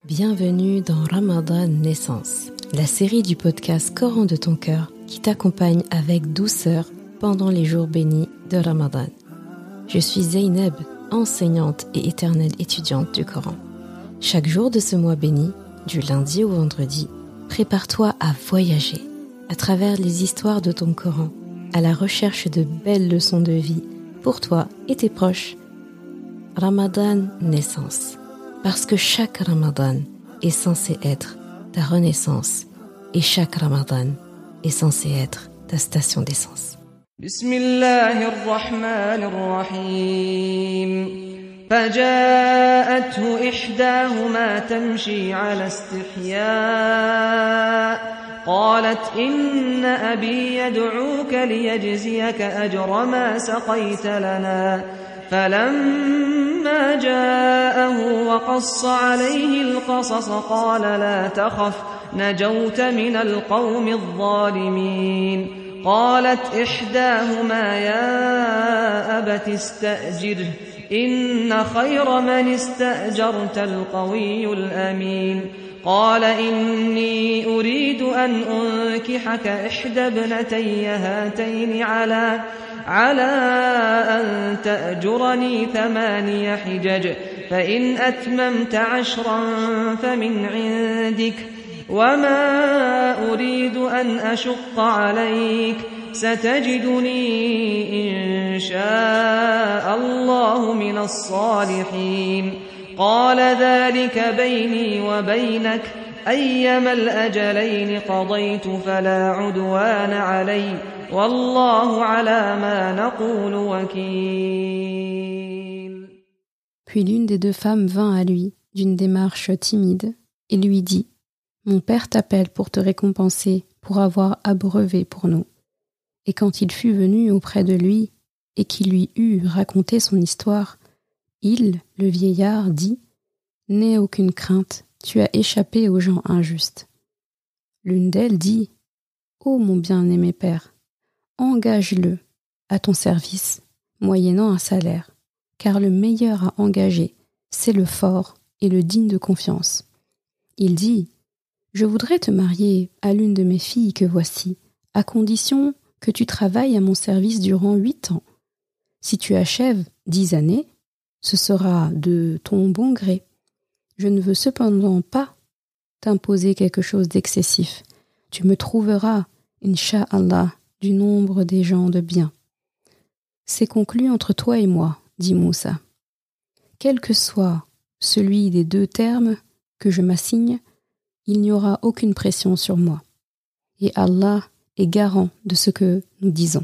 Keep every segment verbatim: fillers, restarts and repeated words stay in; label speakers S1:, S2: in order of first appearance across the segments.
S1: Bienvenue dans Ramadan Naissance, la série du podcast Coran de ton cœur qui t'accompagne avec douceur pendant les jours bénis de Ramadan. Je suis Zeynep, enseignante et éternelle étudiante du Coran. Chaque jour de ce mois béni, du lundi au vendredi, prépare-toi à voyager à travers les histoires de ton Coran, à la recherche de belles leçons de vie pour toi et tes proches. Ramadan Naissance, parce que chaque Ramadan est censé être ta renaissance et chaque Ramadan est censé être ta station d'essence.
S2: Bismillahirrahmanirrahim. فجاءته إحداهما تمشي على استحياء قالت إن أبي يدعوك ليجزيك أجر ما سقيت لنا فلما جاءه وقص عليه القصص قال لا تخف نجوت من القوم الظالمين قالت إحداهما يا أبت استأجره إن خير من استأجرت القوي الأمين قال إني أريد أن أنكحك إحدى ابنتي هاتين على على أن تأجرني ثماني حجج فإن أتممت عشرا فمن عندك وما أريد أن أشق عليك ستجدني إن شاء الله من الصالحين قال ذلك بيني وبينك أيما الأجلين قضيت فلا عدوان علي والله على ما نقول وكيل.
S1: Puis l'une des deux femmes vint à lui d'une démarche timide et lui dit: Mon père t'appelle pour te récompenser pour avoir abreuvé pour nous. Et quand il fut venu auprès de lui et qu'il lui eut raconté son histoire, il, le vieillard, dit: N'aie aucune crainte, tu as échappé aux gens injustes. L'une d'elles dit: Ô mon bien-aimé père, engage-le à ton service, moyennant un salaire, car le meilleur à engager, c'est le fort et le digne de confiance. Il dit: Je voudrais te marier à l'une de mes filles que voici, à condition que tu travailles à mon service durant huit ans. Si tu achèves dix années, ce sera de ton bon gré. Je ne veux cependant pas t'imposer quelque chose d'excessif. Tu me trouveras, Inch'Allah, du nombre des gens de bien. C'est conclu entre toi et moi, dit Moussa. Quel que soit celui des deux termes que je m'assigne, il n'y aura aucune pression sur moi. Et Allah est garant de ce que nous disons.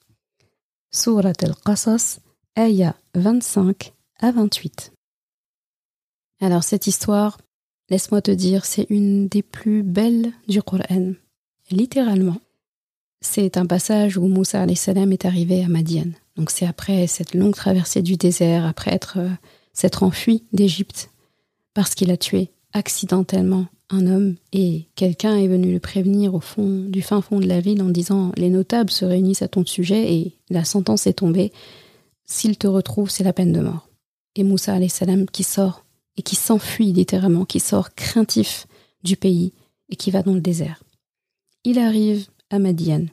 S1: Surat al-Qasas, ayah vingt-cinq à vingt-huit. Alors cette histoire, laisse-moi te dire, c'est une des plus belles du Coran. Littéralement, c'est un passage où Moussa alayhi salam est arrivé à Madian. Donc c'est après cette longue traversée du désert, après être, euh, s'être enfui d'Égypte, parce qu'il a tué accidentellement un homme, et quelqu'un est venu le prévenir au fond du fin fond de la ville en disant « Les notables se réunissent à ton sujet et la sentence est tombée. S'il te retrouve, c'est la peine de mort. » Et Moussa alayhi salam qui sort et qui s'enfuit littéralement, qui sort craintif du pays et qui va dans le désert. Il arrive à Madian.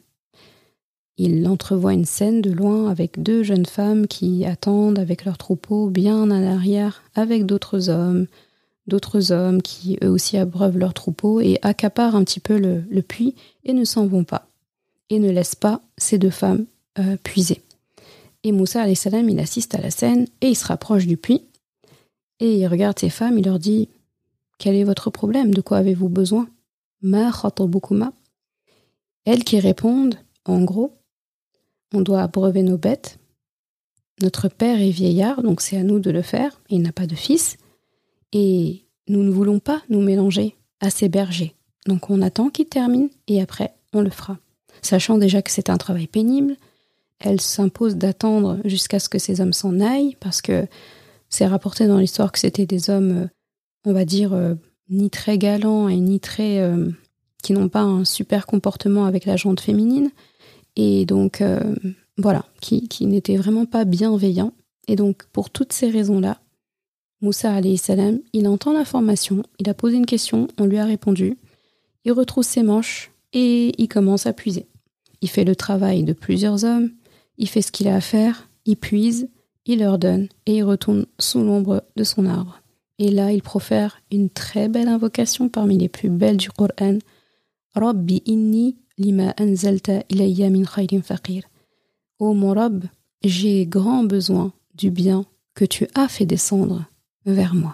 S1: Il entrevoit une scène de loin avec deux jeunes femmes qui attendent avec leur troupeau bien en arrière, avec d'autres hommes, d'autres hommes qui eux aussi abreuvent leur troupeau et accaparent un petit peu le, le puits et ne s'en vont pas et ne laissent pas ces deux femmes euh, puiser. Et Moussa alayhi salam, il assiste à la scène et il se rapproche du puits et il regarde ces femmes, il leur dit: Quel est votre problème? De quoi avez-vous besoin? Ma khatabukuma. Elles qui répondent, en gros: On doit abreuver nos bêtes. Notre père est vieillard, donc c'est à nous de le faire. Et il n'a pas de fils. Et nous ne voulons pas nous mélanger à ces bergers. Donc on attend qu'ils terminent et après on le fera. Sachant déjà que c'est un travail pénible, elle s'impose d'attendre jusqu'à ce que ces hommes s'en aillent, parce que c'est rapporté dans l'histoire que c'était des hommes, on va dire, euh, ni très galants et ni très... Euh, qui n'ont pas un super comportement avec la gente féminine. Et donc, euh, voilà, qui, qui n'étaient vraiment pas bienveillants. Et donc, pour toutes ces raisons-là, Moussa alayhi salam, il entend l'information, il a posé une question, on lui a répondu, il retrousse ses manches et il commence à puiser. Il fait le travail de plusieurs hommes, il fait ce qu'il a à faire, il puise, il leur donne et il retourne sous l'ombre de son arbre. Et là, il profère une très belle invocation parmi les plus belles du Coran. Rabbi inni lima anzalta ilayya min khayrin faqir. Ô mon Rabb, j'ai grand besoin du bien que tu as fait descendre vers moi.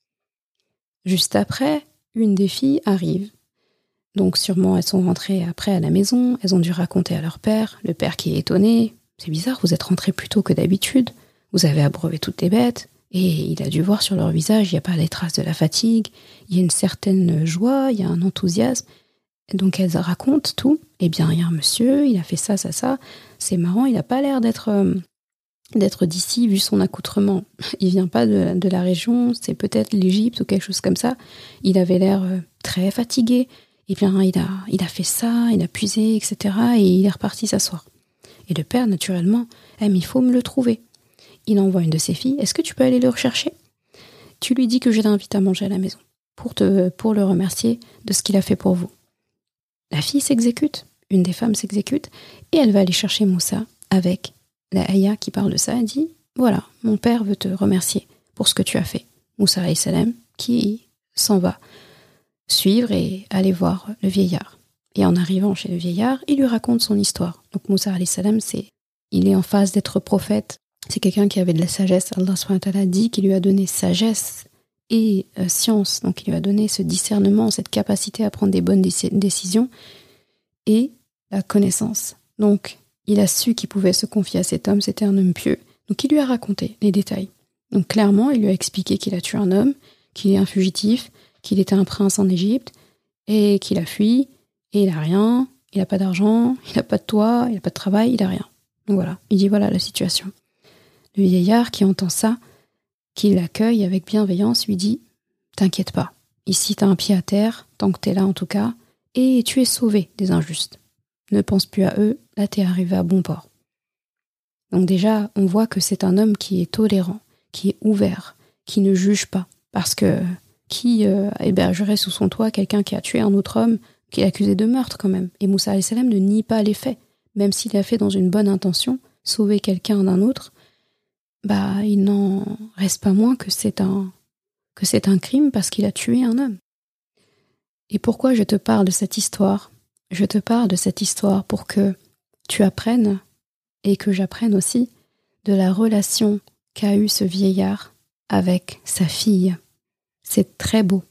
S1: Juste après, une des filles arrive. Donc sûrement elles sont rentrées après à la maison, elles ont dû raconter à leur père, le père qui est étonné. C'est bizarre, vous êtes rentrés plus tôt que d'habitude, vous avez abreuvé toutes les bêtes, et il a dû voir sur leur visage, il n'y a pas les traces de la fatigue, il y a une certaine joie, il y a un enthousiasme. Donc elles racontent tout. Eh bien, il y a un monsieur, il a fait ça, ça, ça. C'est marrant, il n'a pas l'air d'être... Euh, d'être d'ici vu son accoutrement. Il vient pas de, de la région, c'est peut-être l'Égypte ou quelque chose comme ça. Il avait l'air euh, très fatigué. Et bien il a, il a fait ça, il a puisé, et cetera. Et il est reparti s'asseoir. Et le père, naturellement, eh, mais il faut me le trouver. Il envoie une de ses filles. Est-ce que tu peux aller le rechercher ? Tu lui dis que je l'invite à manger à la maison pour, te, pour le remercier de ce qu'il a fait pour vous. La fille s'exécute, une des femmes s'exécute, et elle va aller chercher Moussa avec la ayah qui parle de ça. Elle dit, voilà, mon père veut te remercier pour ce que tu as fait. Moussa alayhi salam qui s'en va suivre et aller voir le vieillard. Et en arrivant chez le vieillard, il lui raconte son histoire. Donc Moussa alayhi salam, c'est, il est en phase d'être prophète. C'est quelqu'un qui avait de la sagesse. Allah subhanahu wa ta'ala dit qu'il lui a donné sagesse et euh, science. Donc il lui a donné ce discernement, cette capacité à prendre des bonnes dé- décisions et la connaissance. Donc il a su qu'il pouvait se confier à cet homme, c'était un homme pieux. Donc il lui a raconté les détails. Donc clairement, il lui a expliqué qu'il a tué un homme, qu'il est un fugitif, qu'il était un prince en Égypte, et qu'il a fui, et il a rien, il n'a pas d'argent, il n'a pas de toit, il n'a pas de travail, il n'a rien. Donc voilà, il dit voilà la situation. Le vieillard qui entend ça, qui l'accueille avec bienveillance, lui dit « T'inquiète pas, ici t'as un pied à terre, tant que t'es là en tout cas, et tu es sauvé des injustes. Ne pense plus à eux, là t'es arrivé à bon port. » Donc déjà, on voit que c'est un homme qui est tolérant, qui est ouvert, qui ne juge pas. Parce que qui euh, hébergerait sous son toit quelqu'un qui a tué un autre homme, qui est accusé de meurtre quand même. Et Moussa alayhi salam ne nie pas les faits. Même s'il a fait dans une bonne intention, sauver quelqu'un d'un autre, bah il n'en reste pas moins que c'est un, que c'est un crime parce qu'il a tué un homme. Et pourquoi je te parle de cette histoire ? Je te parle de cette histoire pour que tu apprennes, et que j'apprenne aussi, de la relation qu'a eue ce vieillard avec sa fille. C'est très beau.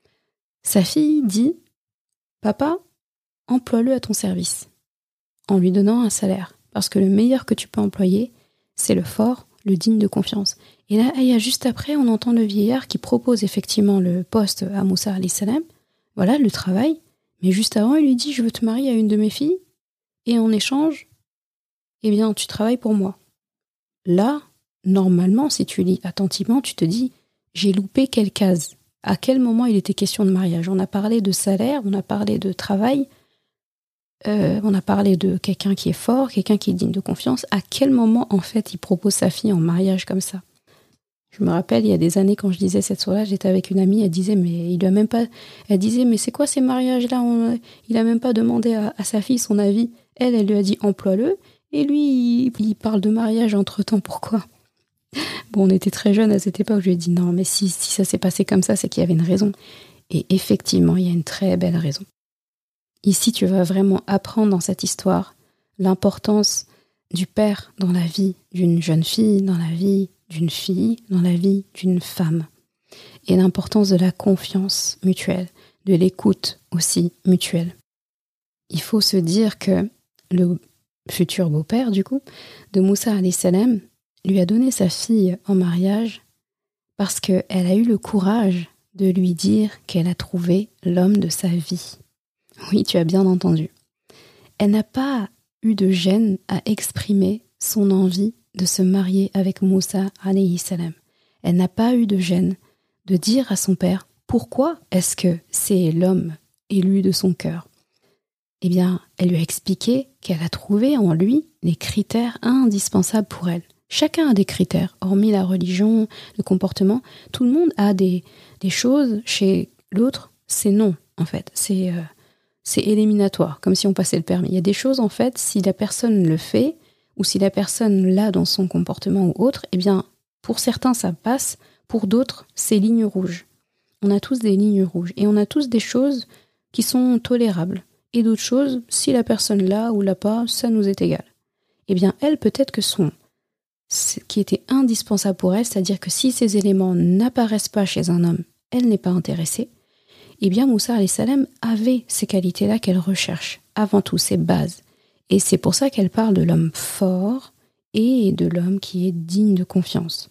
S1: Sa fille dit « Papa, emploie-le à ton service » en lui donnant un salaire. Parce que le meilleur que tu peux employer, c'est le fort, le digne de confiance. Et là, et juste après, on entend le vieillard qui propose effectivement le poste à Moussa alayhi salam. Voilà, le travail. Mais juste avant, il lui dit « Je veux te marier à une de mes filles et en échange, eh bien, tu travailles pour moi. » Là, normalement, si tu lis attentivement, tu te dis « J'ai loupé quelle case ? À quel moment il était question de mariage ? On a parlé de salaire, on a parlé de travail, euh, on a parlé de quelqu'un qui est fort, quelqu'un qui est digne de confiance. À quel moment, en fait, il propose sa fille en mariage comme ça ? Je me rappelle, il y a des années, quand je disais cette soirée, j'étais avec une amie, elle disait, mais il a même pas, elle disait, mais c'est quoi ces mariages-là ? On, il a même pas demandé à, à sa fille son avis. Elle, elle lui a dit, emploie-le. Et lui, il, il parle de mariage entre-temps, pourquoi ? Bon, on était très jeunes à cette époque, je lui ai dit, non, mais si, si ça s'est passé comme ça, c'est qu'il y avait une raison. Et effectivement, il y a une très belle raison. Ici, tu vas vraiment apprendre dans cette histoire l'importance du père dans la vie d'une jeune fille, dans la vie d'une fille, dans la vie d'une femme. Et l'importance de la confiance mutuelle, de l'écoute aussi mutuelle. Il faut se dire que le futur beau-père, du coup, de Moussa alayhi salam, lui a donné sa fille en mariage parce qu'elle a eu le courage de lui dire qu'elle a trouvé l'homme de sa vie. Oui, tu as bien entendu. Elle n'a pas eu de gêne à exprimer son envie de se marier avec Moussa alayhi salam. Elle n'a pas eu de gêne de dire à son père pourquoi est-ce que c'est l'homme élu de son cœur. Eh bien, elle lui a expliqué qu'elle a trouvé en lui les critères indispensables pour elle. Chacun a des critères, hormis la religion, le comportement. Tout le monde a des, des choses chez l'autre, c'est non, en fait. C'est, euh, c'est éliminatoire, comme si on passait le permis. Il y a des choses, en fait, si la personne le fait, ou si la personne l'a dans son comportement ou autre, eh bien, pour certains, ça passe. Pour d'autres, c'est ligne rouge. On a tous des lignes rouges. Et on a tous des choses qui sont tolérables. Et d'autres choses, si la personne l'a ou l'a pas, ça nous est égal. Eh bien, elle, peut-être que son... ce qui était indispensable pour elle, c'est-à-dire que si ces éléments n'apparaissent pas chez un homme, elle n'est pas intéressée, eh bien Moussa alayhi salam avait ces qualités-là qu'elle recherche, avant tout ces bases. Et c'est pour ça qu'elle parle de l'homme fort et de l'homme qui est digne de confiance.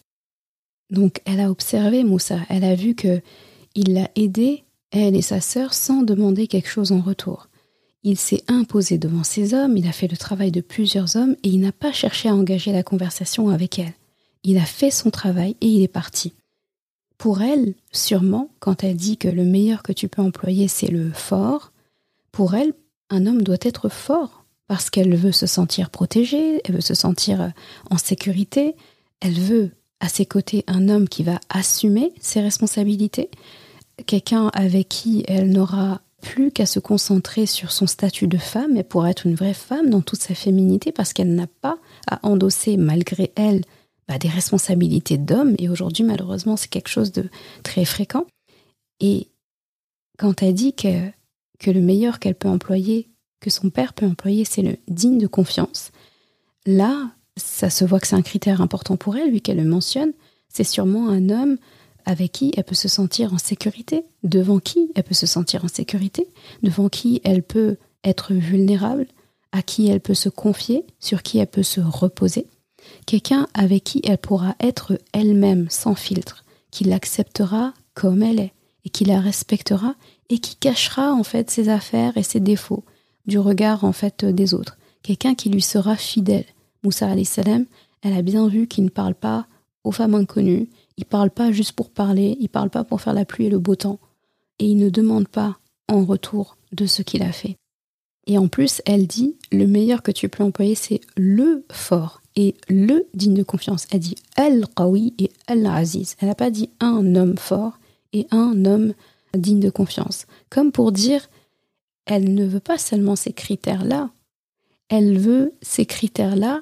S1: Donc elle a observé Moussa, elle a vu que il l'a aidée, elle et sa sœur, sans demander quelque chose en retour. Il s'est imposé devant ces hommes, il a fait le travail de plusieurs hommes et il n'a pas cherché à engager la conversation avec elle. Il a fait son travail et il est parti. Pour elle, sûrement, quand elle dit que le meilleur que tu peux employer, c'est le fort, pour elle, un homme doit être fort parce qu'elle veut se sentir protégée, elle veut se sentir en sécurité, elle veut à ses côtés un homme qui va assumer ses responsabilités, quelqu'un avec qui elle n'aura plus qu'à se concentrer sur son statut de femme, mais pour être une vraie femme dans toute sa féminité, parce qu'elle n'a pas à endosser, malgré elle, bah, des responsabilités d'homme. Et aujourd'hui, malheureusement, c'est quelque chose de très fréquent. Et quand elle dit que, que le meilleur qu'elle peut employer, que son père peut employer, c'est le digne de confiance, là, ça se voit que c'est un critère important pour elle, vu qu'elle le mentionne. C'est sûrement un homme avec qui elle peut se sentir en sécurité, devant qui elle peut se sentir en sécurité, devant qui elle peut être vulnérable, à qui elle peut se confier, sur qui elle peut se reposer. Quelqu'un avec qui elle pourra être elle-même, sans filtre, qui l'acceptera comme elle est, et qui la respectera, et qui cachera en fait ses affaires et ses défauts du regard en fait des autres. Quelqu'un qui lui sera fidèle. Moussa alayhi salam, elle a bien vu qu'il ne parle pas aux femmes inconnues, il ne parle pas juste pour parler, il ne parle pas pour faire la pluie et le beau temps. Et il ne demande pas en retour de ce qu'il a fait. Et en plus, elle dit, le meilleur que tu peux employer, c'est le fort et le digne de confiance. Elle dit al-qawi et al-aziz. Elle n'a pas dit un homme fort et un homme digne de confiance. Comme pour dire, elle ne veut pas seulement ces critères-là, elle veut ces critères-là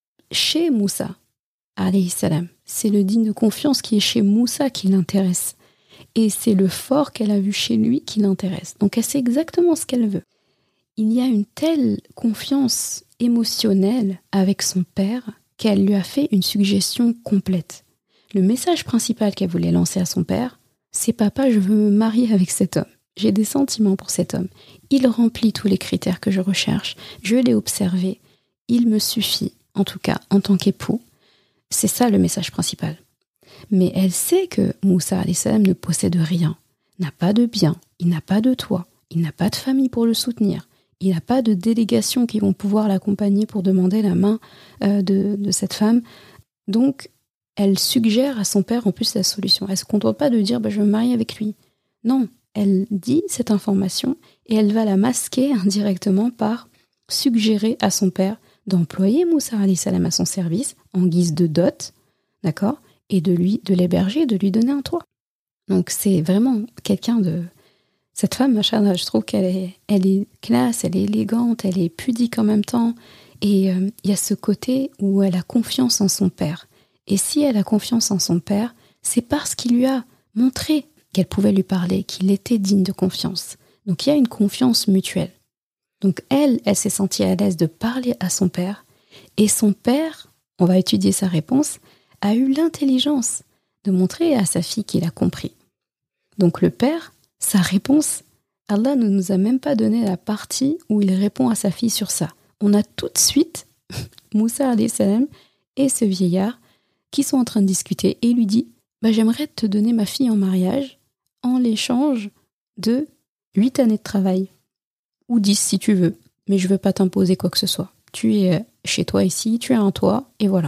S1: chez Moussa alayhi salam. C'est le digne de confiance qui est chez Moussa qui l'intéresse. Et c'est le fort qu'elle a vu chez lui qui l'intéresse. Donc elle sait exactement ce qu'elle veut. Il y a une telle confiance émotionnelle avec son père qu'elle lui a fait une suggestion complète. Le message principal qu'elle voulait lancer à son père, c'est « Papa, je veux me marier avec cet homme. J'ai des sentiments pour cet homme. Il remplit tous les critères que je recherche. Je l'ai observé. Il me suffit, en tout cas, en tant qu'époux. » C'est ça le message principal. Mais elle sait que Moussa alayhi salam ne possède rien, n'a pas de bien, il n'a pas de toit, il n'a pas de famille pour le soutenir, il n'a pas de délégation qui vont pouvoir l'accompagner pour demander la main euh, de, de cette femme. Donc, elle suggère à son père en plus la solution. Elle ne se contente pas de dire bah, « je vais me marier avec lui ». Non, elle dit cette information et elle va la masquer indirectement par suggérer à son père d'employer Moussa alayhi salam à son service en guise de dot, d'accord, et de lui, de l'héberger, de lui donner un toit. Donc c'est vraiment quelqu'un de... Cette femme, machallah, je trouve qu'elle est, elle est classe, elle est élégante, elle est pudique en même temps, et il euh, y a ce côté où elle a confiance en son père. Et si elle a confiance en son père, c'est parce qu'il lui a montré qu'elle pouvait lui parler, qu'il était digne de confiance. Donc il y a une confiance mutuelle. Donc elle, elle s'est sentie à l'aise de parler à son père, et son père, on va étudier sa réponse, a eu l'intelligence de montrer à sa fille qu'il a compris. Donc le père, sa réponse, Allah ne nous a même pas donné la partie où il répond à sa fille sur ça. On a tout de suite Moussa alayhi salam et ce vieillard qui sont en train de discuter et il lui dit bah, « J'aimerais te donner ma fille en mariage en l'échange de huit années de travail. Ou dix si tu veux, mais je ne veux pas t'imposer quoi que ce soit. Tu es chez toi ici, tu as un toit, et voilà. »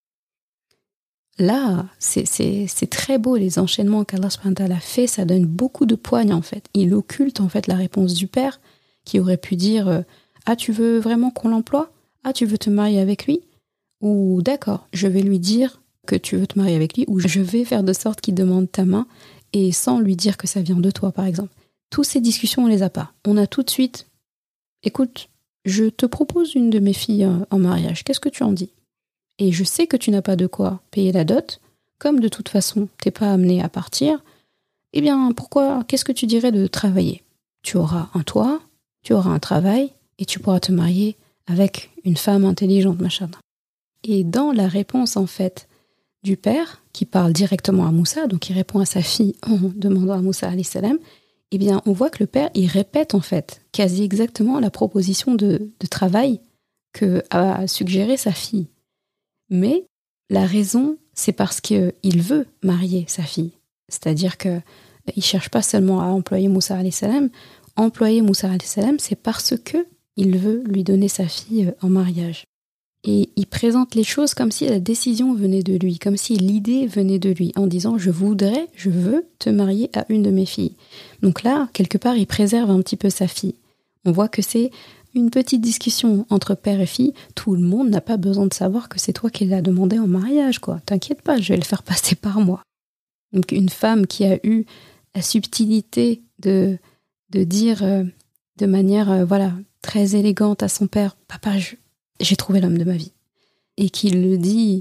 S1: Là, c'est, c'est, c'est très beau les enchaînements qu'Allah subhanahu wa ta'ala a fait, ça donne beaucoup de poigne en fait. Il occulte en fait la réponse du père qui aurait pu dire euh, « Ah, tu veux vraiment qu'on l'emploie ? Ah, tu veux te marier avec lui ?» Ou d'accord, je vais lui dire que tu veux te marier avec lui, ou je vais faire de sorte qu'il demande ta main, et sans lui dire que ça vient de toi, par exemple. Toutes ces discussions, on les a pas. On a tout de suite, écoute, je te propose une de mes filles en mariage, qu'est-ce que tu en dis? Et je sais que tu n'as pas de quoi payer la dot, comme de toute façon, t'es pas amené à partir, eh bien, pourquoi, qu'est-ce que tu dirais de travailler? Tu auras un toit, tu auras un travail, et tu pourras te marier avec une femme intelligente, machin. Et dans la réponse, en fait, du père, qui parle directement à Moussa, donc il répond à sa fille en demandant à Moussa alayhi salam, eh bien, on voit que le père, il répète, en fait, quasi exactement la proposition de, de travail que a suggéré sa fille. Mais la raison, c'est parce qu'il veut marier sa fille. C'est-à-dire qu'il ne cherche pas seulement à employer Moussa alayhi salam. Employer Moussa alayhi salam, c'est parce qu'il veut lui donner sa fille en mariage. Et il présente les choses comme si la décision venait de lui, comme si l'idée venait de lui, en disant « je voudrais, je veux te marier à une de mes filles ». Donc là, quelque part, il préserve un petit peu sa fille. On voit que c'est une petite discussion entre père et fille. Tout le monde n'a pas besoin de savoir que c'est toi qui l'as demandé en mariage, quoi. T'inquiète pas, je vais le faire passer par moi. Donc une femme qui a eu la subtilité de, de dire euh, de manière euh, voilà, très élégante à son père « Papa, je... j'ai trouvé l'homme de ma vie ». Et qu'il le dit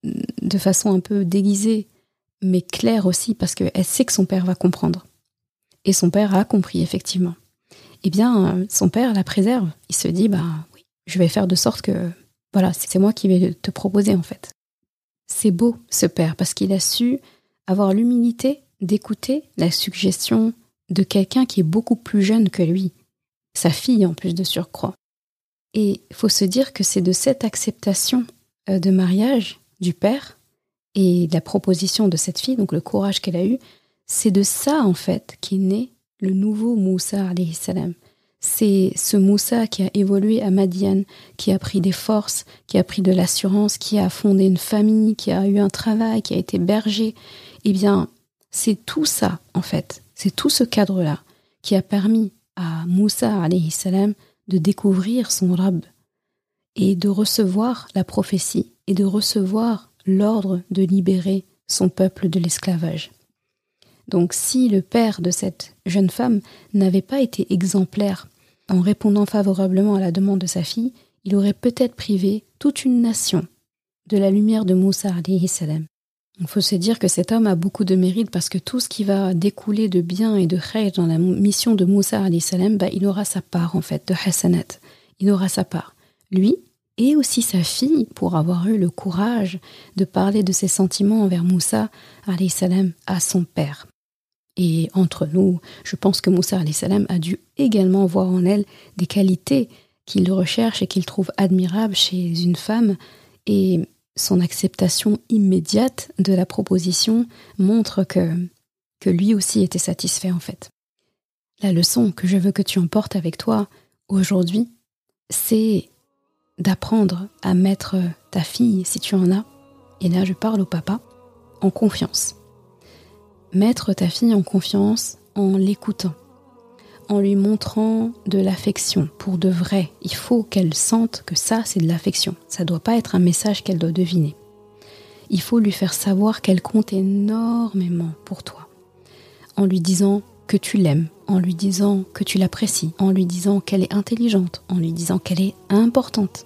S1: de façon un peu déguisée, mais claire aussi, parce qu'elle sait que son père va comprendre. Et son père a compris, effectivement. Eh bien, son père la préserve. Il se dit, bah oui, je vais faire de sorte que, voilà, c'est moi qui vais te proposer, en fait. C'est beau, ce père, parce qu'il a su avoir l'humilité d'écouter la suggestion de quelqu'un qui est beaucoup plus jeune que lui. Sa fille, en plus de surcroît. Et il faut se dire que c'est de cette acceptation de mariage du père et de la proposition de cette fille, donc le courage qu'elle a eu, c'est de ça en fait qu'est né le nouveau Moussa alayhi salam. C'est ce Moussa qui a évolué à Madian, qui a pris des forces, qui a pris de l'assurance, qui a fondé une famille, qui a eu un travail, qui a été berger. Eh bien, c'est tout ça en fait, c'est tout ce cadre-là qui a permis à Moussa alayhi salam de découvrir son Rabb et de recevoir la prophétie et de recevoir l'ordre de libérer son peuple de l'esclavage. Donc si le père de cette jeune femme n'avait pas été exemplaire en répondant favorablement à la demande de sa fille, il aurait peut-être privé toute une nation de la lumière de Moussa alayhi salam. Il faut se dire que cet homme a beaucoup de mérite parce que tout ce qui va découler de bien et de khayr dans la mission de Moussa alayhi salam, bah, il aura sa part en fait de hasanat. Il aura sa part. Lui et aussi sa fille pour avoir eu le courage de parler de ses sentiments envers Moussa alayhi salam à son père. Et entre nous, je pense que Moussa alayhi salam a dû également voir en elle des qualités qu'il recherche et qu'il trouve admirables chez une femme, et son acceptation immédiate de la proposition montre que, que lui aussi était satisfait en fait. La leçon que je veux que tu emportes avec toi aujourd'hui, c'est d'apprendre à mettre ta fille, si tu en as, et là je parle au papa, en confiance. Mettre ta fille en confiance en l'écoutant, en lui montrant de l'affection pour de vrai. Il faut qu'elle sente que ça, c'est de l'affection. Ça ne doit pas être un message qu'elle doit deviner. Il faut lui faire savoir qu'elle compte énormément pour toi, en lui disant que tu l'aimes, en lui disant que tu l'apprécies, en lui disant qu'elle est intelligente, en lui disant qu'elle est importante.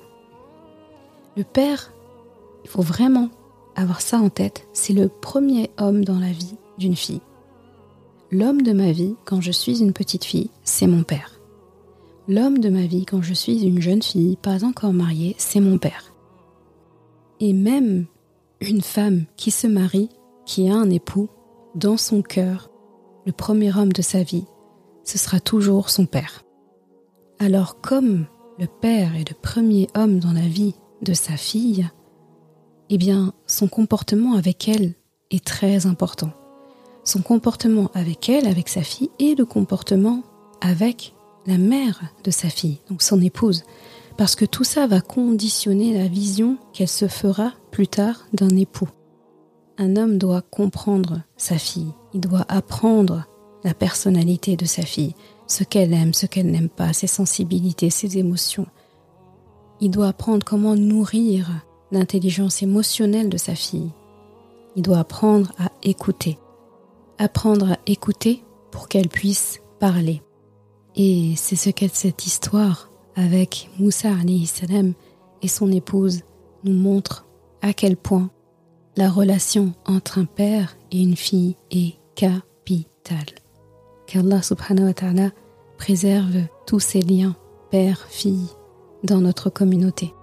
S1: Le père, il faut vraiment avoir ça en tête, c'est le premier homme dans la vie d'une fille. L'homme de ma vie, quand je suis une petite fille, c'est mon père. L'homme de ma vie, quand je suis une jeune fille, pas encore mariée, c'est mon père. Et même une femme qui se marie, qui a un époux, dans son cœur, le premier homme de sa vie, ce sera toujours son père. Alors comme le père est le premier homme dans la vie de sa fille, eh bien son comportement avec elle est très important. Son comportement avec elle, avec sa fille, et le comportement avec la mère de sa fille, donc son épouse. Parce que tout ça va conditionner la vision qu'elle se fera plus tard d'un époux. Un homme doit comprendre sa fille, il doit apprendre la personnalité de sa fille, ce qu'elle aime, ce qu'elle n'aime pas, ses sensibilités, ses émotions. Il doit apprendre comment nourrir l'intelligence émotionnelle de sa fille. Il doit apprendre à écouter. Apprendre à écouter pour qu'elle puisse parler. Et c'est ce qu'est cette histoire avec Moussa alayhi salam et son épouse nous montre à quel point la relation entre un père et une fille est capitale. Qu'Allah subhanahu wa ta'ala préserve tous ces liens père-fille dans notre communauté.